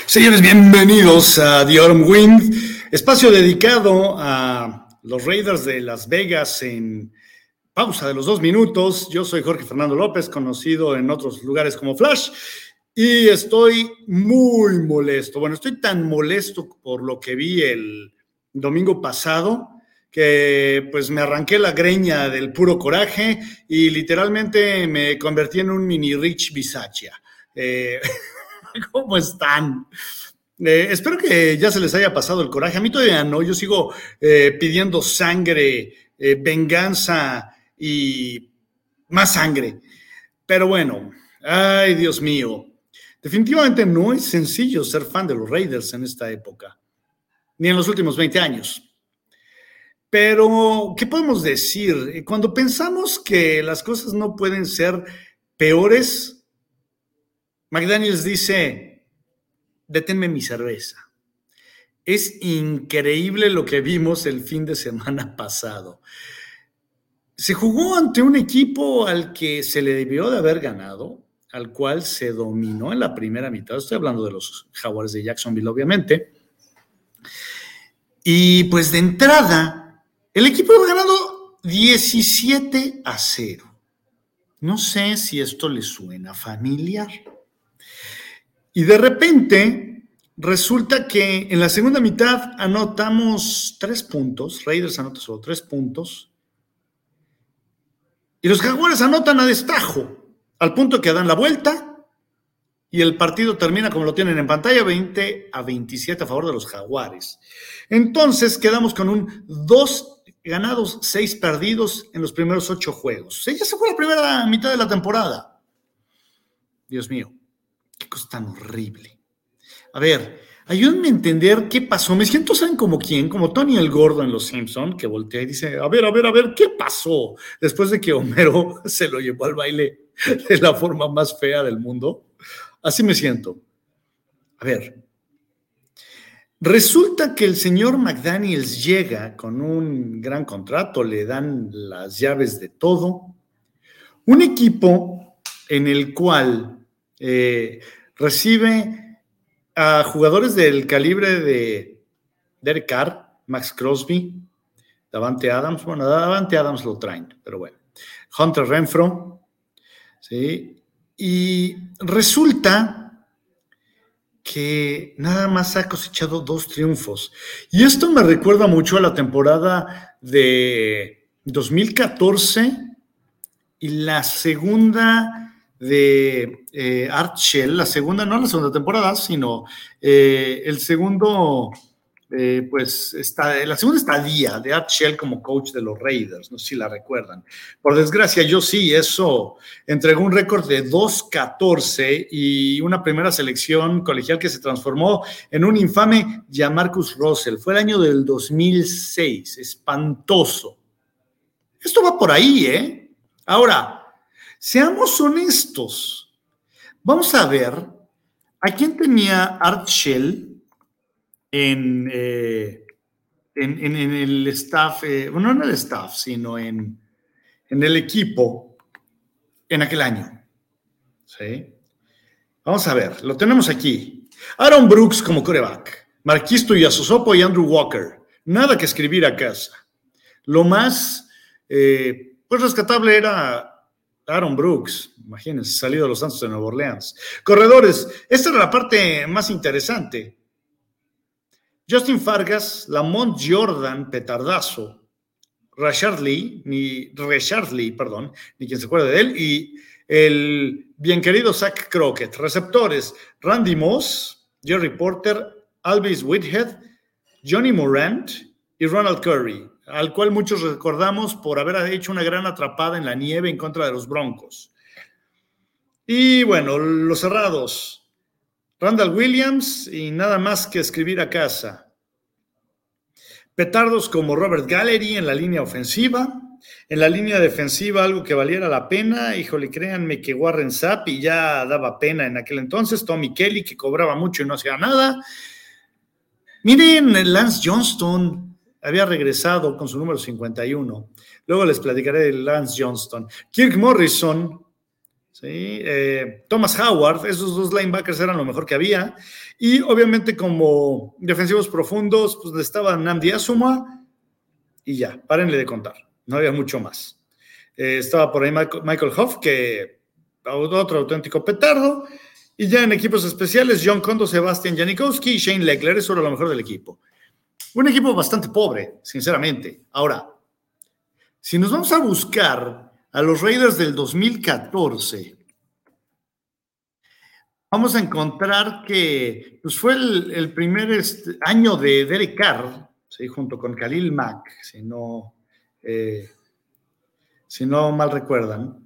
Señores, bienvenidos a The Autumn Wind, espacio dedicado a los Raiders de Las Vegas en pausa de los 2 minutos. Yo soy Jorge Fernando López, conocido en otros lugares como Flash, y estoy muy molesto. Bueno, estoy tan molesto por lo que vi el domingo pasado que pues me arranqué la greña del puro coraje y literalmente me convertí en un mini Rich Bisaccia. ¿Cómo están? Espero que ya se les haya pasado el coraje. A mí todavía no. Yo sigo pidiendo sangre, venganza y más sangre. Pero bueno, ay, Dios mío. Definitivamente no es sencillo ser fan de los Raiders en esta época, ni en los últimos 20 años. Pero, ¿qué podemos decir? Cuando pensamos que las cosas no pueden ser peores, McDaniels dice: deténme mi cerveza. Es increíble lo que vimos el fin de semana pasado. Se jugó ante un equipo al que se le debió de haber ganado, al cual se dominó en la primera mitad. Estoy hablando de los Jaguares de Jacksonville, obviamente. Y pues de entrada, el equipo iba ganando 17-0. No sé si esto le suena familiar. Y de repente resulta que en la segunda mitad anotamos 3 puntos. Raiders anota solo 3 puntos. Y los Jaguares anotan a destajo, al punto que dan la vuelta y el partido termina, como lo tienen en pantalla, 20-27 a favor de los Jaguares. Entonces quedamos con un 2 ganados, 6 perdidos en los primeros 8 juegos. Ya se fue la primera mitad de la temporada. Dios mío, qué cosa tan horrible. A ver, ayúdenme a entender qué pasó. Me siento, ¿saben como quién? Como Tony el Gordo en Los Simpson, que voltea y dice: a ver, ¿qué pasó? Después de que Homero se lo llevó al baile de la forma más fea del mundo. Así me siento. A ver, resulta que el señor McDaniels llega con un gran contrato, le dan las llaves de todo. Un equipo en el cual recibe a jugadores del calibre de Derek Carr, Max Crosby, Davante Adams. Bueno, Davante Adams lo traen, pero bueno. Hunter Renfrow, ¿sí? Y resulta que nada más ha cosechado 2 triunfos. Y esto me recuerda mucho a la temporada de 2014 y la segunda de Art Shell, la segunda, no la segunda temporada, sino el segundo, la segunda estadía de Art Shell como coach de los Raiders, no sé si la recuerdan. Por desgracia, yo sí, eso entregó un récord de 2-14 y una primera selección colegial que se transformó en un infame Jamarcus Russell. Fue el año del 2006, espantoso. Esto va por ahí, ¿eh? Ahora, seamos honestos. Vamos a ver a quién tenía Art Shell en el staff, no en el staff, sino en el equipo en aquel año. ¿Sí? Vamos a ver, lo tenemos aquí. Aaron Brooks como quarterback, Marquis Tuiasosopo y Andrew Walker. Nada que escribir a casa. Lo más pues rescatable era Aaron Brooks, imagínense, salido de los Santos de Nueva Orleans. Corredores, esta era la parte más interesante. Justin Fargas, Lamont Jordan, petardazo, Rashard Lee, ni quien se acuerde de él, y el bien querido Zach Crockett. Receptores, Randy Moss, Jerry Porter, Alvis Whitehead, Johnny Morant y Ronald Curry, al cual muchos recordamos por haber hecho una gran atrapada en la nieve en contra de los Broncos. Y bueno, los cerrados, Randall Williams y nada más que escribir a casa. Petardos como Robert Gallery en la línea ofensiva. En la línea defensiva algo que valiera la pena. Híjole, créanme que Warren Sapp y ya daba pena en aquel entonces. Tommy Kelly, que cobraba mucho y no hacía nada. Miren, Lance Johnston había regresado con su número 51. Luego les platicaré de Lance Johnston. Kirk Morrison, ¿sí? Thomas Howard, esos dos linebackers eran lo mejor que había. Y obviamente como defensivos profundos, pues estaba Nnamdi Asomugha y ya, párenle de contar. No había mucho más. Estaba por ahí Michael Huff, que otro auténtico petardo. Y ya en equipos especiales, John Kondo, Sebastian Janikowski y Shane Leckler. Eso era lo mejor del equipo. Un equipo bastante pobre, sinceramente. Ahora, si nos vamos a buscar a los Raiders del 2014, vamos a encontrar que pues, fue el primer año de Derek Carr, ¿sí? Junto con Khalil Mack, si no mal recuerdan.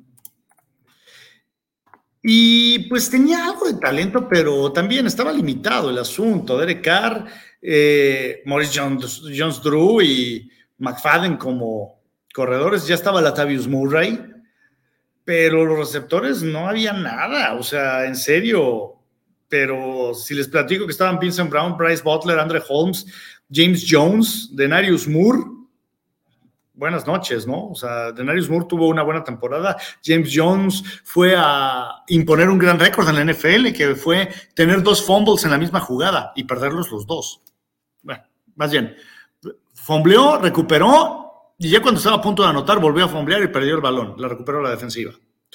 Y pues tenía algo de talento, pero también estaba limitado el asunto. Derek Carr, Maurice Jones-Drew y McFadden como corredores, ya estaba Latavius Murray, pero los receptores no había nada, o sea, en serio. Pero si les platico que estaban Vincent Brown, Bryce Butler, Andre Holmes, James Jones, Denarius Moore, buenas noches, ¿no? O sea, Denarius Moore tuvo una buena temporada. James Jones fue a imponer un gran récord en la NFL, que fue tener 2 fumbles en la misma jugada y perderlos los 2. Bueno, más bien, fumbleó, recuperó, y ya cuando estaba a punto de anotar, volvió a fumblear y perdió el balón. La recuperó la defensiva.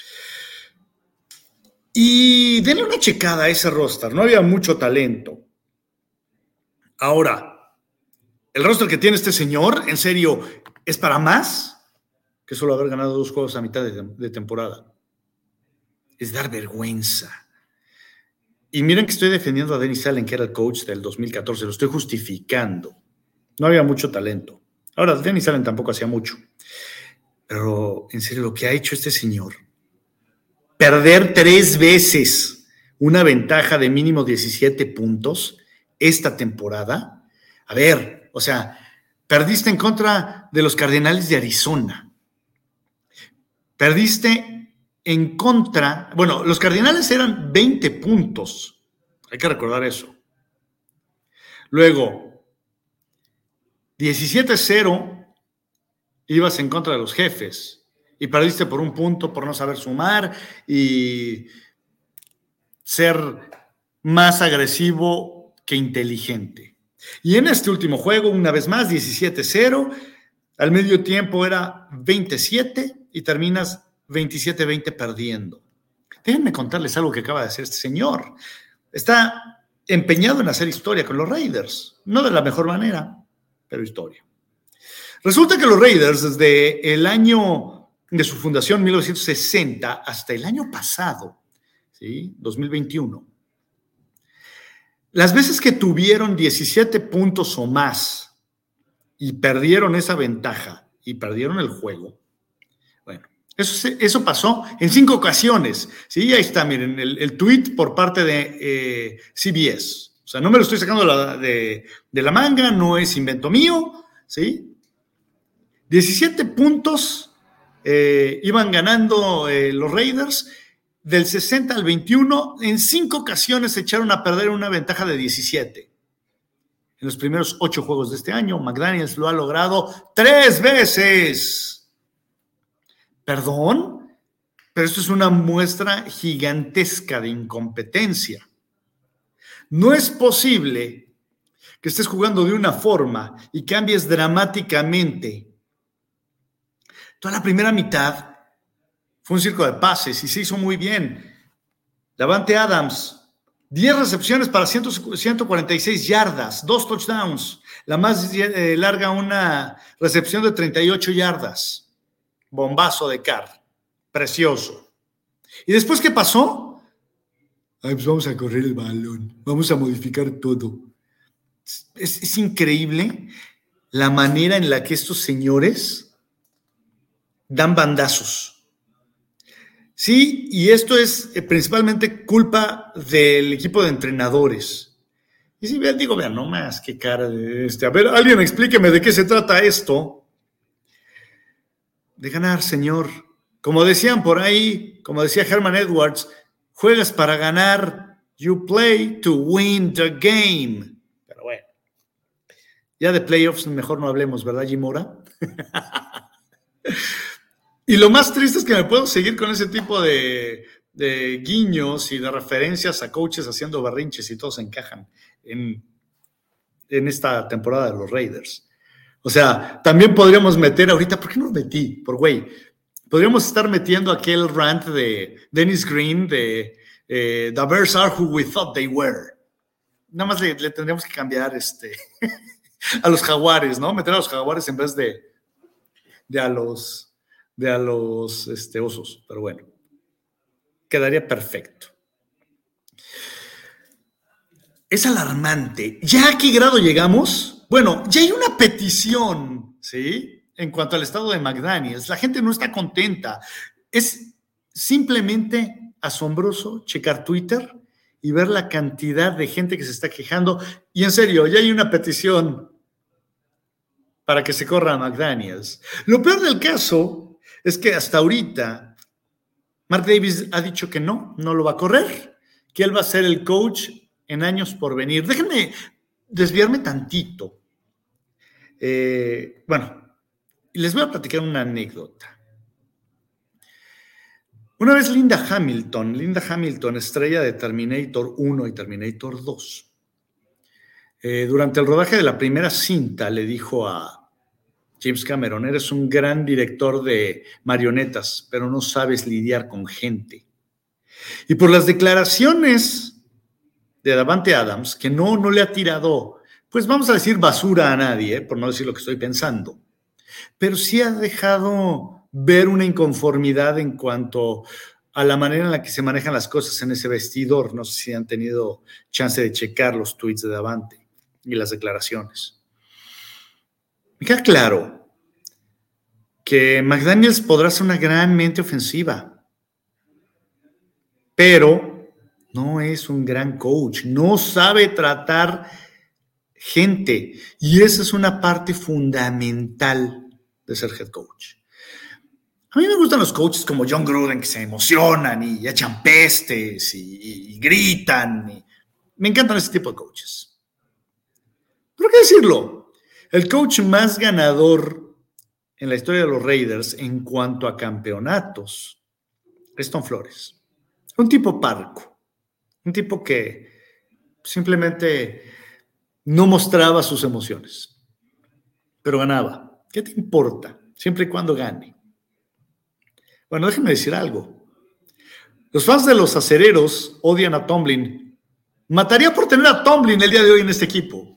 Y denle una checada a ese roster. No había mucho talento. Ahora, el roster que tiene este señor, en serio, ¿es para más que solo haber ganado 2 juegos a mitad de temporada? Es dar vergüenza. Y miren que estoy defendiendo a Dennis Allen, que era el coach del 2014. Lo estoy justificando. No había mucho talento. Ahora, Dennis Allen tampoco hacía mucho. Pero, en serio, lo que ha hecho este señor, perder 3 veces una ventaja de mínimo 17 puntos esta temporada. A ver, o sea, perdiste en contra de los Cardenales de Arizona. Perdiste en contra, bueno, los Cardenales eran 20 puntos. Hay que recordar eso. Luego, 17-0 ibas en contra de los Jefes y perdiste por 1 punto por no saber sumar y ser más agresivo que inteligente. Y en este último juego, una vez más, 17-0, al medio tiempo era 27 y terminas 27-20 perdiendo. Déjenme contarles algo que acaba de hacer este señor. Está empeñado en hacer historia con los Raiders, no de la mejor manera, pero historia. Resulta que los Raiders, desde el año de su fundación, 1960, hasta el año pasado, ¿sí? 2021, las veces que tuvieron 17 puntos o más y perdieron esa ventaja y perdieron el juego, bueno, eso pasó en 5 ocasiones. ¿Sí? Ahí está, miren, el tweet por parte de CBS. O sea, no me lo estoy sacando de la manga, no es invento mío, ¿sí? 17 puntos iban ganando los Raiders. Del 60 al 21, en 5 ocasiones se echaron a perder una ventaja de 17. En los primeros 8 juegos de este año, McDaniels lo ha logrado 3 veces. ¿Perdón? Pero esto es una muestra gigantesca de incompetencia. No es posible que estés jugando de una forma y cambies dramáticamente. Toda la primera mitad fue un circo de pases y se hizo muy bien. Davante Adams, 10 recepciones para 146 yardas, 2 touchdowns. La más larga, una recepción de 38 yardas. Bombazo de Carr. Precioso. ¿Y después qué pasó? Ay, pues vamos a correr el balón. Vamos a modificar todo. Es increíble la manera en la que estos señores dan bandazos. Sí, y esto es principalmente culpa del equipo de entrenadores. Y si vean, digo, vean, no más, qué cara de A ver, alguien explíqueme de qué se trata esto. De ganar, señor. Como decían por ahí, como decía Herman Edwards, juegas para ganar, you play to win the game. Pero bueno, ya de playoffs mejor no hablemos, ¿verdad, Jim Mora? Y lo más triste es que me puedo seguir con ese tipo de de guiños y de referencias a coaches haciendo berrinches y todos encajan en esta temporada de los Raiders. O sea, también podríamos meter ahorita, ¿por qué no metí? Por güey, podríamos estar metiendo aquel rant de Dennis Green de The Bears are who we thought they were. Nada más le tendríamos que cambiar a los Jaguares, ¿no? Meter a los Jaguares en vez de a los Osos. Pero bueno, quedaría perfecto. Es alarmante. ¿Ya a qué grado llegamos? Bueno, ya hay una petición, ¿sí? En cuanto al estado de McDaniels. La gente no está contenta. Es simplemente asombroso checar Twitter y ver la cantidad de gente que se está quejando. Y en serio, ya hay una petición para que se corra a McDaniels. Lo peor del caso es que hasta ahorita Mark Davis ha dicho que no lo va a correr, que él va a ser el coach en años por venir. Déjenme desviarme tantito. Bueno, les voy a platicar una anécdota. Una vez Linda Hamilton, estrella de Terminator 1 y Terminator 2, durante el rodaje de la primera cinta le dijo a James Cameron: eres un gran director de marionetas, pero no sabes lidiar con gente. Y por las declaraciones de Davante Adams, que no le ha tirado, pues vamos a decir basura a nadie, por no decir lo que estoy pensando, pero sí ha dejado ver una inconformidad en cuanto a la manera en la que se manejan las cosas en ese vestidor. No sé si han tenido chance de checar los tweets de Davante y las declaraciones. Me queda claro que McDaniels podrá ser una gran mente ofensiva, pero no es un gran coach, no sabe tratar gente, y esa es una parte fundamental de ser head coach. A mí me gustan los coaches como John Gruden, que se emocionan y echan pestes y gritan. Me encantan ese tipo de coaches. Pero qué decirlo, el coach más ganador en la historia de los Raiders en cuanto a campeonatos es Tom Flores. Un tipo parco, un tipo que simplemente no mostraba sus emociones, pero ganaba. ¿Qué te importa? Siempre y cuando gane. Bueno, déjenme decir algo. Los fans de los acereros odian a Tomlin. Mataría por tener a Tomlin el día de hoy en este equipo.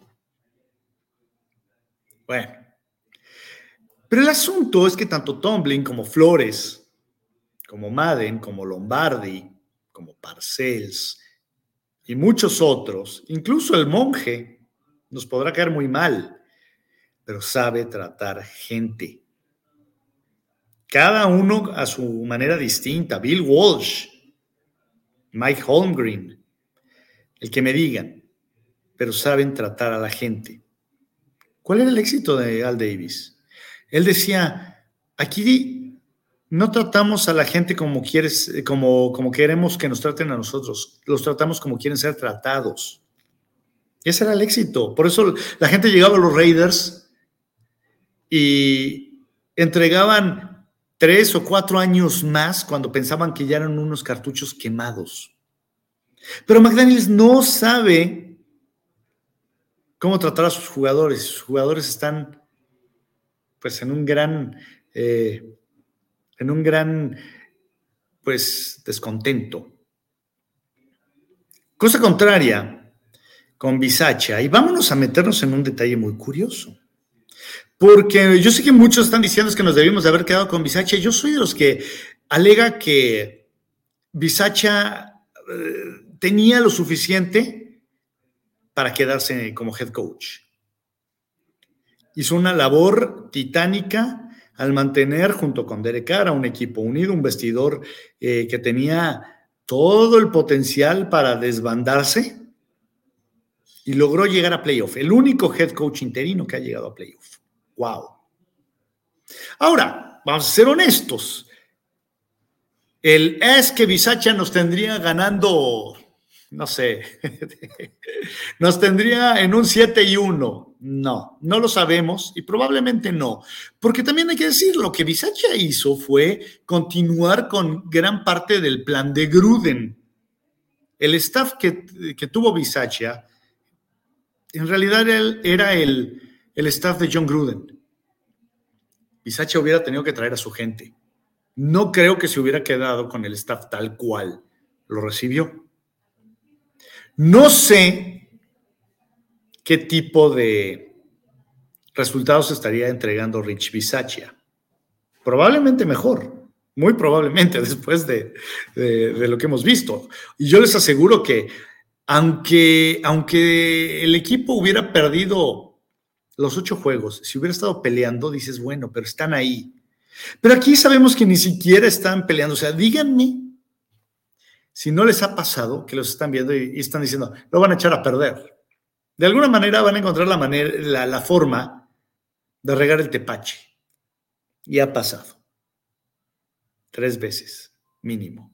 Bueno. Pero el asunto es que tanto Tomlin como Flores, como Madden, como Lombardi, como Parcells y muchos otros, incluso el monje, nos podrá caer muy mal, pero sabe tratar gente. Cada uno a su manera distinta. Bill Walsh, Mike Holmgren, el que me digan, pero saben tratar a la gente. ¿Cuál era el éxito de Al Davis? Él decía: aquí no tratamos a la gente como queremos que nos traten a nosotros, los tratamos como quieren ser tratados. Ese era el éxito. Por eso la gente llegaba a los Raiders y entregaban 3 o 4 años más cuando pensaban que ya eran unos cartuchos quemados. Pero McDaniels no sabe cómo tratar a sus jugadores. Sus jugadores están pues en un gran pues descontento. Cosa contraria con Bisaccia, y vámonos a meternos en un detalle muy curioso, porque yo sé que muchos están diciendo que nos debimos de haber quedado con Bisaccia. Yo soy de los que alega que Bisaccia tenía lo suficiente para quedarse como head coach. Hizo una labor titánica al mantener junto con Derek Carr a un equipo unido, un vestidor que tenía todo el potencial para desbandarse, y logró llegar a playoff. El único head coach interino que ha llegado a playoff. ¡Wow! Ahora, vamos a ser honestos. Es que Bisaccia nos tendría ganando, no sé, nos tendría en un 7-1. No lo sabemos y probablemente no. Porque también hay que decir, lo que Bisaccia hizo fue continuar con gran parte del plan de Gruden. El staff que tuvo Bisaccia, en realidad era el staff de John Gruden. Bisaccia hubiera tenido que traer a su gente. No creo que se hubiera quedado con el staff tal cual lo recibió. No sé qué tipo de resultados estaría entregando Rich Bisaccia. Probablemente mejor, muy probablemente después de lo que hemos visto. Y yo les aseguro que aunque el equipo hubiera perdido los 8 juegos, si hubiera estado peleando, dices, bueno, pero están ahí. Pero aquí sabemos que ni siquiera están peleando. O sea, díganme si no les ha pasado que los están viendo y están diciendo, lo van a echar a perder. De alguna manera van a encontrar la forma de regar el tepache. Y ha pasado. 3 veces, mínimo.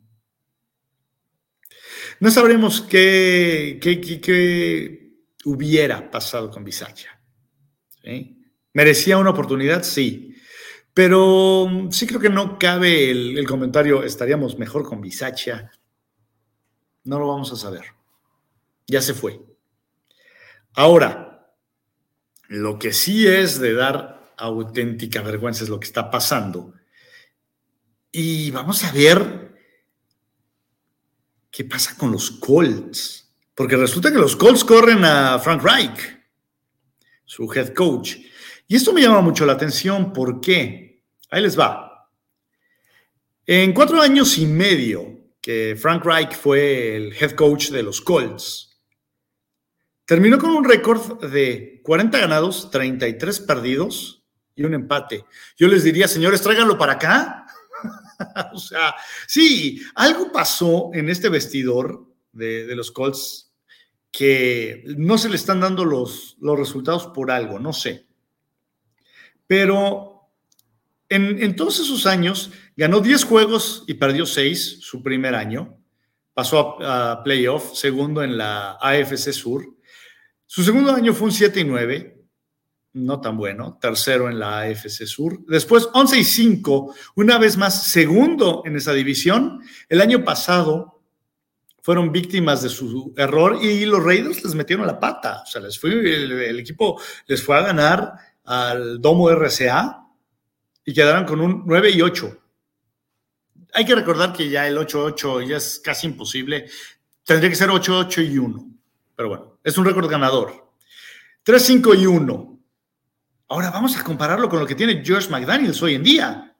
No sabremos qué hubiera pasado con Bisaccia. ¿Sí? ¿Merecía una oportunidad? Sí. Pero sí creo que no cabe el comentario, estaríamos mejor con Bisaccia. No lo vamos a saber. Ya se fue. Ahora, lo que sí es de dar auténtica vergüenza es lo que está pasando. Y vamos a ver qué pasa con los Colts. Porque resulta que los Colts corren a Frank Reich, su head coach. Y esto me llama mucho la atención. ¿Por qué? Ahí les va. En 4 años y medio que Frank Reich fue el head coach de los Colts, terminó con un récord de 40 ganados, 33 perdidos y un empate. Yo les diría, señores, tráiganlo para acá. O sea, sí, algo pasó en este vestidor de los Colts que no se le están dando los resultados por algo, no sé. Pero en todos esos años ganó 10 juegos y perdió 6 su primer año. Pasó a playoff, segundo en la AFC Sur. Su segundo año fue un 7-9, no tan bueno, tercero en la AFC Sur. Después 11-5, una vez más segundo en esa división. El año pasado fueron víctimas de su error y los Raiders les metieron la pata. O sea, el equipo les fue a ganar al Domo RCA y quedaron con un 9-8. Hay que recordar que ya el 8-8 ya es casi imposible. Tendría que ser 8-8-1. Pero bueno, es un récord ganador. 3-5-1. Ahora vamos a compararlo con lo que tiene Josh McDaniels hoy en día.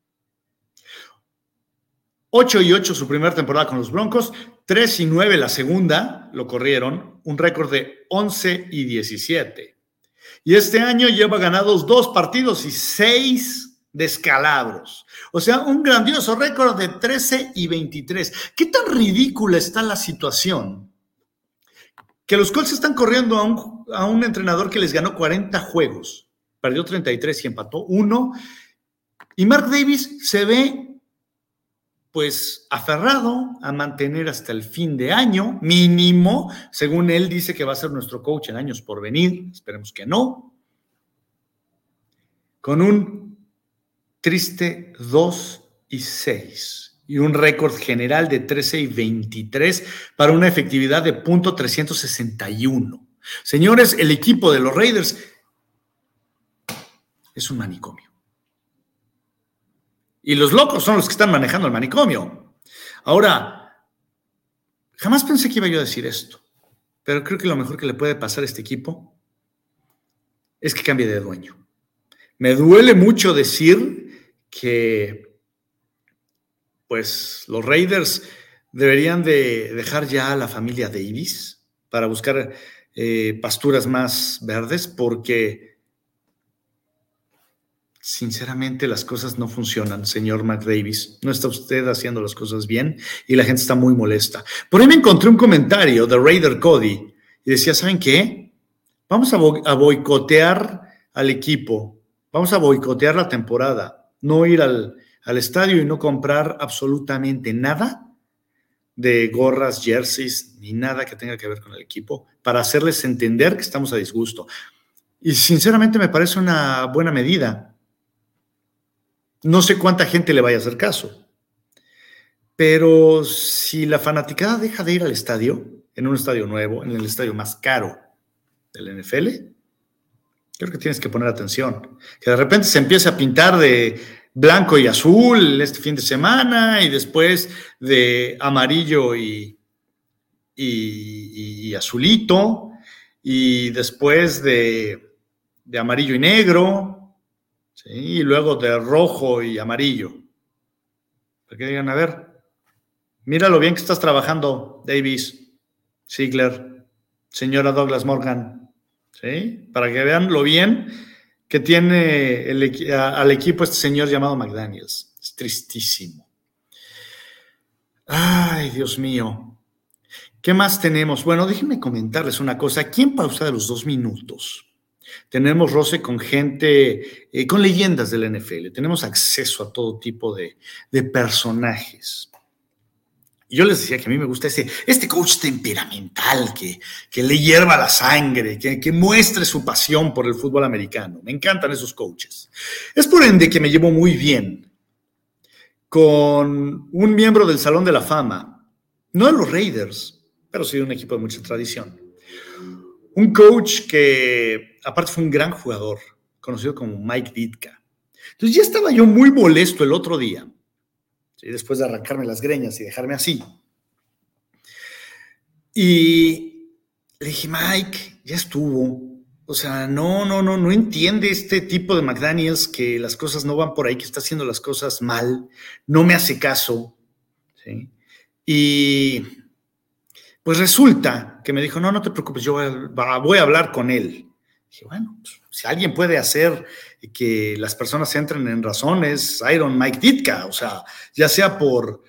8-8 su primera temporada con los Broncos, 3-9 la segunda, lo corrieron, un récord de 11-17. Y este año lleva ganados 2 partidos y 6 descalabros. O sea, un grandioso récord de 13-23. ¿Qué tan ridícula está la situación? Que los Colts están corriendo a un entrenador que les ganó 40 juegos, perdió 33 y empató 1. Y Mark Davis se ve pues aferrado a mantener hasta el fin de año, mínimo, según él dice que va a ser nuestro coach en años por venir, esperemos que no, con un triste 2-6 y un récord general de 13-23 para una efectividad de .361. Señores, el equipo de los Raiders es un manicomio. Y los locos son los que están manejando el manicomio. Ahora, jamás pensé que iba yo a decir esto, pero creo que lo mejor que le puede pasar a este equipo es que cambie de dueño. Me duele mucho decir que pues los Raiders deberían de dejar ya a la familia Davis para buscar pasturas más verdes, porque sinceramente las cosas no funcionan, señor McDavis. No está usted haciendo las cosas bien y la gente está muy molesta. Por ahí me encontré un comentario de Raider Cody y decía, ¿saben qué? Vamos a boicotear al equipo, vamos a boicotear la temporada, no ir al estadio y no comprar absolutamente nada de gorras, jerseys, ni nada que tenga que ver con el equipo, para hacerles entender que estamos a disgusto. Y sinceramente me parece una buena medida. No sé cuánta gente le vaya a hacer caso, pero si la fanaticada deja de ir al estadio, en un estadio nuevo, en el estadio más caro del NFL, creo que tienes que poner atención. Que de repente se empiece a pintar de blanco y azul este fin de semana y después de amarillo y azulito y después de amarillo y negro, ¿sí? Y luego de rojo y amarillo. Para que digan, a ver, mira lo bien que estás trabajando, Davis, Ziegler, señora Douglas Morgan, ¿sí? Para que vean lo bien que tiene al equipo este señor llamado McDaniels. Es tristísimo. Ay, Dios mío. ¿Qué más tenemos? Bueno, déjenme comentarles una cosa. Aquí en Pausa de los 2 minutos tenemos roce con gente, con leyendas del NFL. Tenemos acceso a todo tipo de personajes. Yo les decía que a mí me gusta este coach temperamental que le hierva la sangre, que muestre su pasión por el fútbol americano. Me encantan esos coaches. Es por ende que me llevo muy bien con un miembro del Salón de la Fama, no de los Raiders, pero sí de un equipo de mucha tradición. Un coach que aparte fue un gran jugador, conocido como Mike Ditka. Entonces ya estaba yo muy molesto el otro día, ¿sí? Después de arrancarme las greñas y dejarme así. Y le dije, Mike, ya estuvo. O sea, no entiende este tipo de McDaniels que las cosas no van por ahí, que está haciendo las cosas mal, no me hace caso, ¿sí? Y pues resulta que me dijo, no te preocupes, yo voy a hablar con él. Dije, bueno, pues, si alguien puede hacer que las personas entren en razón es Iron Mike Ditka, o sea, ya sea por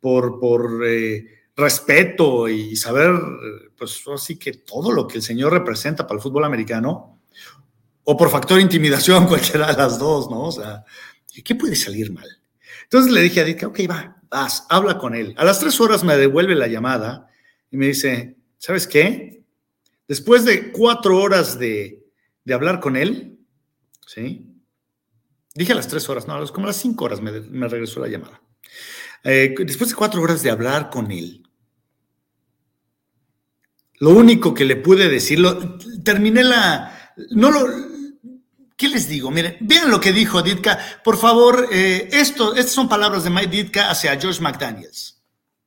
respeto y saber, pues así que todo lo que el señor representa para el fútbol americano, o por factor intimidación, cualquiera de las dos, ¿no? O sea, ¿qué puede salir mal? Entonces le dije a Ditka, ok, vas, habla con él. A las 3 horas me devuelve la llamada y me dice, ¿sabes qué? Después de 4 horas de hablar con él, ¿sí? Dije a las 3 horas, no, como a las 5 horas me regresó la llamada. Después de 4 horas de hablar con él, lo único que le pude decir, terminé ¿qué les digo? Miren, vean lo que dijo Ditka. Por favor, estas son palabras de Mike Ditka hacia Josh McDaniels.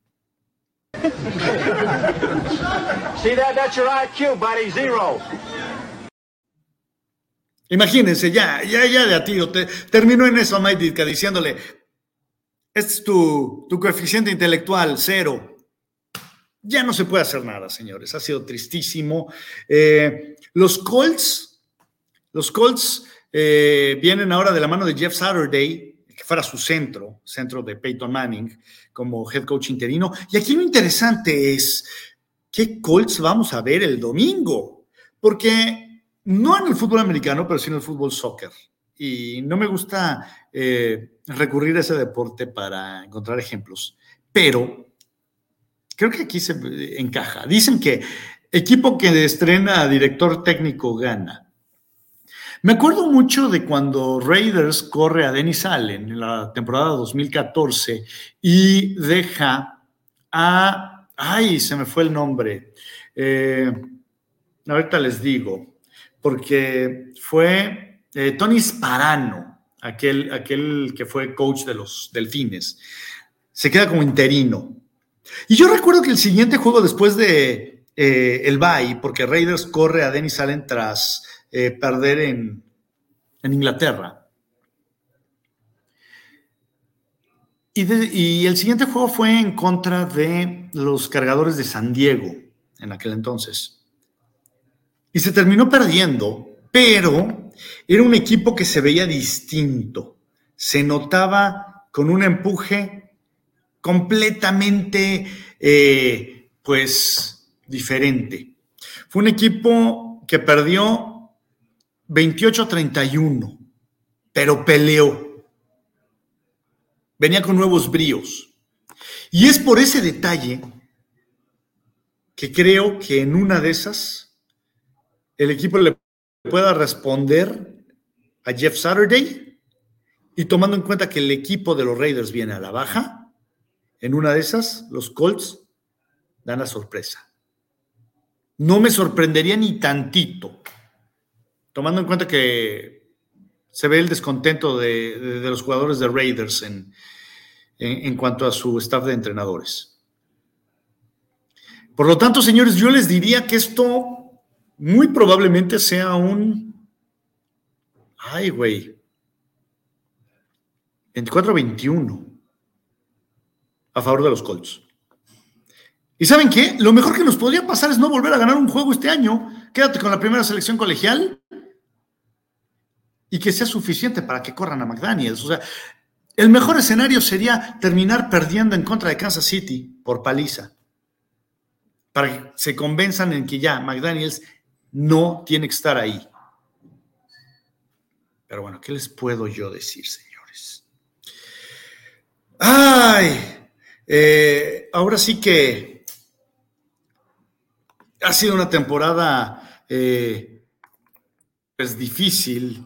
See that? That's your IQ, buddy. 0. Imagínense, ya de a tiro. Terminó en eso Mike Ditka diciéndole, este es tu coeficiente intelectual, 0. Ya no se puede hacer nada, señores. Ha sido tristísimo. Los Colts vienen ahora de la mano de Jeff Saturday, que fuera su centro de Peyton Manning, como head coach interino. Y aquí lo interesante es, ¿qué Colts vamos a ver el domingo? Porque no en el fútbol americano, pero sí en el fútbol soccer. Y no me gusta recurrir a ese deporte para encontrar ejemplos, pero creo que aquí se encaja. Dicen que equipo que estrena a director técnico gana. Me acuerdo mucho de cuando Raiders corre a Dennis Allen en la temporada 2014 y deja se me fue el nombre. Ahorita les digo, porque fue Tony Sparano, aquel que fue coach de los Delfines. Se queda como interino. Y yo recuerdo que el siguiente juego después de el bye, porque Raiders corre a Dennis Allen tras perder en Inglaterra. Y el siguiente juego fue en contra de los Cargadores de San Diego, en aquel entonces. Y se terminó perdiendo, pero era un equipo que se veía distinto. Se notaba con un empuje completamente, diferente. Fue un equipo que perdió 28-31, pero peleó. Venía con nuevos bríos. Y es por ese detalle que creo que en una de esas el equipo le pueda responder a Jeff Saturday, y tomando en cuenta que el equipo de los Raiders viene a la baja, en una de esas, los Colts dan la sorpresa. No me sorprendería ni tantito, tomando en cuenta que se ve el descontento de los jugadores de Raiders en cuanto a su staff de entrenadores. Por lo tanto, señores, yo les diría que esto muy probablemente sea un 24-21 a favor de los Colts. ¿Y saben qué? Lo mejor que nos podría pasar es no volver a ganar un juego este año. Quédate con la primera selección colegial y que sea suficiente para que corran a McDaniels. O sea, el mejor escenario sería terminar perdiendo en contra de Kansas City por paliza, para que se convenzan en que ya McDaniels no tiene que estar ahí. Pero bueno, ¿qué les puedo yo decir, señores? Ahora sí que ha sido una temporada pues difícil.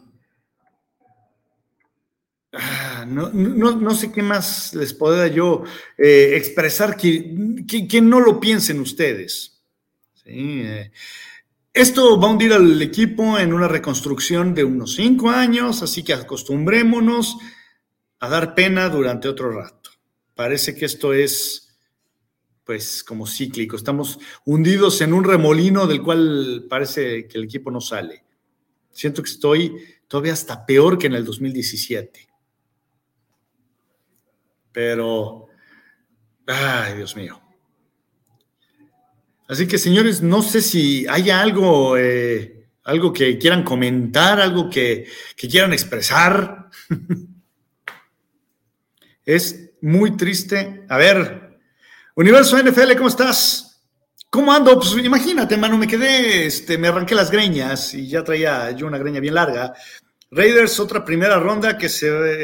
No sé qué más les pueda yo expresar que no lo piensen ustedes. ¿Sí? Esto va a hundir al equipo en una reconstrucción de unos 5 años, así que acostumbrémonos a dar pena durante otro rato. Parece que esto es, pues, como cíclico. Estamos hundidos en un remolino del cual parece que el equipo no sale. Siento que estoy todavía hasta peor que en el 2017. Pero, Dios mío. Así que, señores, no sé si hay algo que quieran comentar, algo que quieran expresar. Es muy triste. A ver, Universo NFL, ¿cómo estás? ¿Cómo ando? Pues imagínate, mano, me quedé, me arranqué las greñas y ya traía yo una greña bien larga. Raiders, otra primera ronda que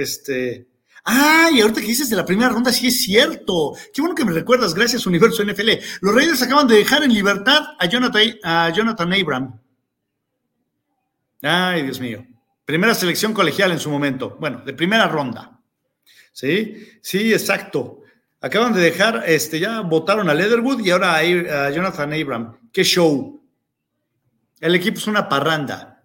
y ahorita que dices de la primera ronda, sí es cierto. Qué bueno que me recuerdas, gracias Universo NFL. Los Raiders acaban de dejar en libertad a Jonathan Abram. Ay, Dios mío. Primera selección colegial en su momento. Bueno, de primera ronda. Sí, exacto. Acaban de dejar, ya votaron a Leatherwood y ahora a Jonathan Abram. ¡Qué show! El equipo es una parranda.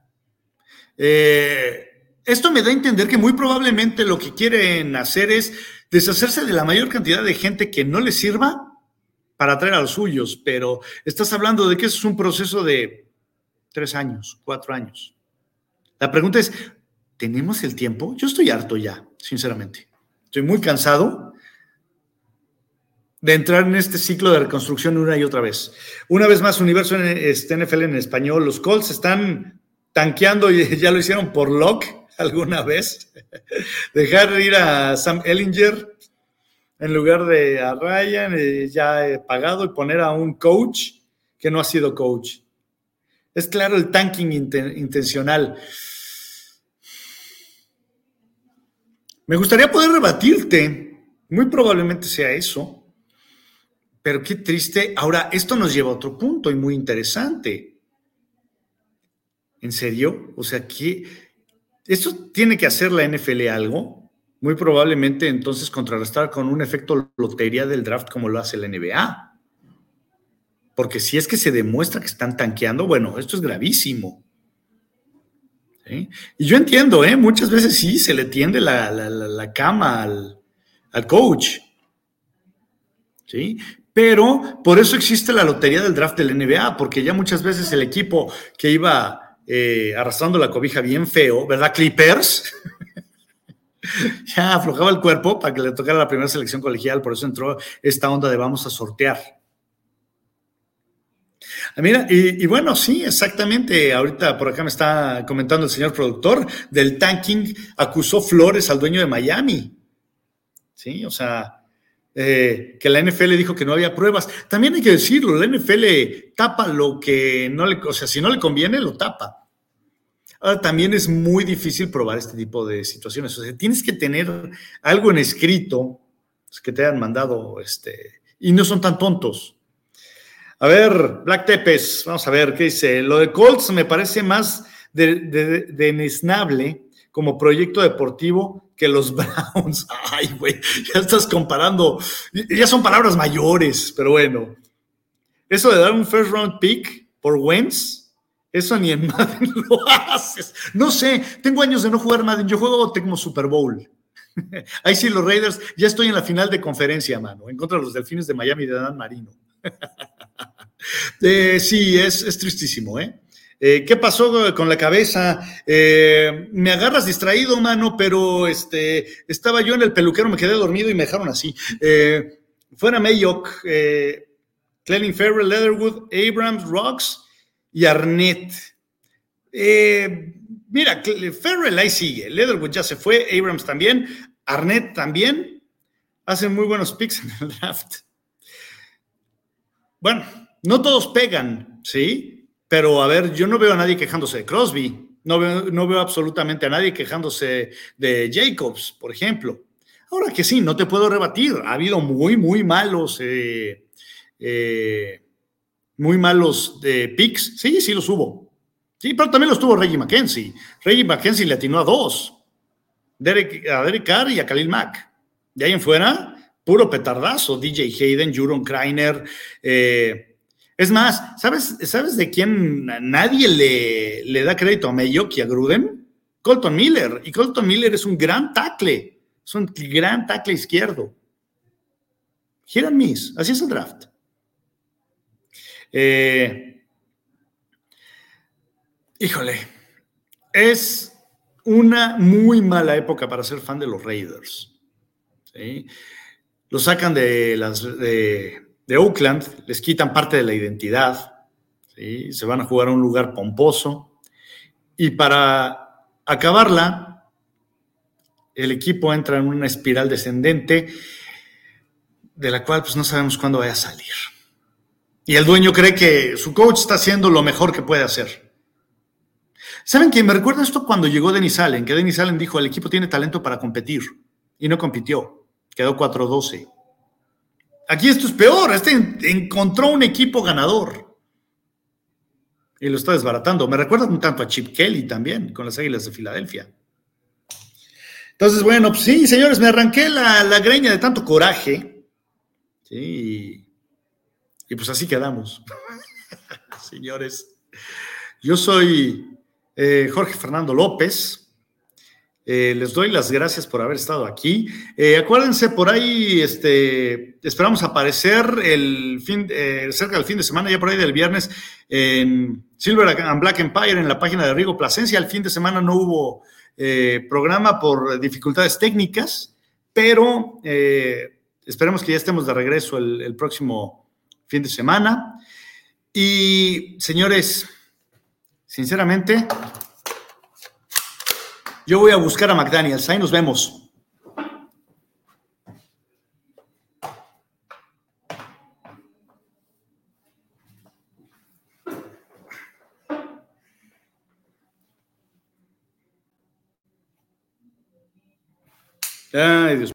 Esto me da a entender que muy probablemente lo que quieren hacer es deshacerse de la mayor cantidad de gente que no les sirva para traer a los suyos, pero estás hablando de que eso es un proceso de 3 años, 4 años. La pregunta es, ¿tenemos el tiempo? Yo estoy harto ya, sinceramente. Estoy muy cansado de entrar en este ciclo de reconstrucción una y otra vez. Una vez más, Universo NFL en español, los Colts están tanqueando, y ya lo hicieron por Locke alguna vez, dejar ir a Sam Ehlinger en lugar de a Ryan, ya pagado, y poner a un coach que no ha sido coach. Es claro el tanking intencional. Me gustaría poder rebatirte, muy probablemente sea eso, pero qué triste. Ahora, esto nos lleva a otro punto y muy interesante. ¿En serio? O sea, ¿qué? Esto tiene que hacer la NFL algo, muy probablemente entonces contrarrestar con un efecto lotería del draft como lo hace la NBA. Porque si es que se demuestra que están tanqueando, bueno, esto es gravísimo. ¿Sí? Y yo entiendo, muchas veces sí se le tiende la cama al coach. ¿Sí? Pero por eso existe la lotería del draft del NBA, porque ya muchas veces el equipo que iba arrastrando la cobija bien feo, ¿verdad, Clippers? Ya aflojaba el cuerpo para que le tocara la primera selección colegial, por eso entró esta onda de vamos a sortear. Mira, y bueno, sí, exactamente, ahorita por acá me está comentando el señor productor, del tanking acusó Flores al dueño de Miami. Sí, o sea, que la NFL dijo que no había pruebas. También hay que decirlo, la NFL tapa lo que no le, o sea, si no le conviene, lo tapa. Ahora, también es muy difícil probar este tipo de situaciones. O sea, tienes que tener algo en escrito que te hayan mandado, y no son tan tontos. A ver, Black Tepes, vamos a ver qué dice. Lo de Colts me parece más desnable como proyecto deportivo que los Browns. Ay, güey, ya estás comparando, ya son palabras mayores, pero bueno. Eso de dar un first round pick por Wentz, eso ni en Madden lo haces. No sé, tengo años de no jugar Madden, yo juego Tecmo Super Bowl. Ahí sí, los Raiders, ya estoy en la final de conferencia, mano, en contra de los Delfines de Miami de Dan Marino. Sí, es tristísimo, ¿eh? ¿Qué pasó con la cabeza? Me agarras distraído, mano, pero estaba yo en el peluquero, me quedé dormido y me dejaron así. Fuera Mayock, Clelin Ferrell, Leatherwood, Abrams, Rocks y Arnett. Mira, Ferrell ahí sigue, Leatherwood ya se fue, Abrams también, Arnett también. Hacen muy buenos picks en el draft. Bueno, no todos pegan, ¿sí? Pero a ver, yo no veo a nadie quejándose de Crosby, no veo absolutamente a nadie quejándose de Jacobs, por ejemplo. Ahora que sí, no te puedo rebatir, ha habido muy malos picks, sí los hubo. Sí, pero también los tuvo Reggie McKenzie. Reggie McKenzie le atinó a 2, a Derek Carr y a Khalil Mack. De ahí en fuera, puro petardazo, DJ Hayden, Juron Kreiner. Es más, ¿sabes de quién nadie le da crédito a Mayock y a Gruden? Colton Miller. Y Colton Miller es un gran tackle. Es un gran tackle izquierdo. Hit and miss. Así es el draft. Híjole. Es una muy mala época para ser fan de los Raiders. ¿Sí? Lo sacan de Oakland, les quitan parte de la identidad, ¿sí? Se van a jugar a un lugar pomposo y para acabarla, el equipo entra en una espiral descendente de la cual pues no sabemos cuándo vaya a salir. Y el dueño cree que su coach está haciendo lo mejor que puede hacer. ¿Saben qué? Me recuerda esto cuando llegó Dennis Allen, que Dennis Allen dijo, el equipo tiene talento para competir, y no compitió, quedó 4-12. Aquí esto es peor, encontró un equipo ganador y lo está desbaratando. Me recuerda un tanto a Chip Kelly también, con las Águilas de Filadelfia. Entonces, bueno, pues sí, señores, me arranqué la greña de tanto coraje, sí, y pues así quedamos. Señores, yo soy Jorge Fernando López. Les doy las gracias por haber estado aquí. Acuérdense, por ahí esperamos aparecer cerca del fin de semana, ya por ahí del viernes, en Silver and Black Empire, en la página de Rigo Plasencia. El fin de semana no hubo programa por dificultades técnicas, pero esperemos que ya estemos de regreso el próximo fin de semana. Y, señores, sinceramente, yo voy a buscar a McDaniels. Ahí nos vemos. Ay, Dios mío.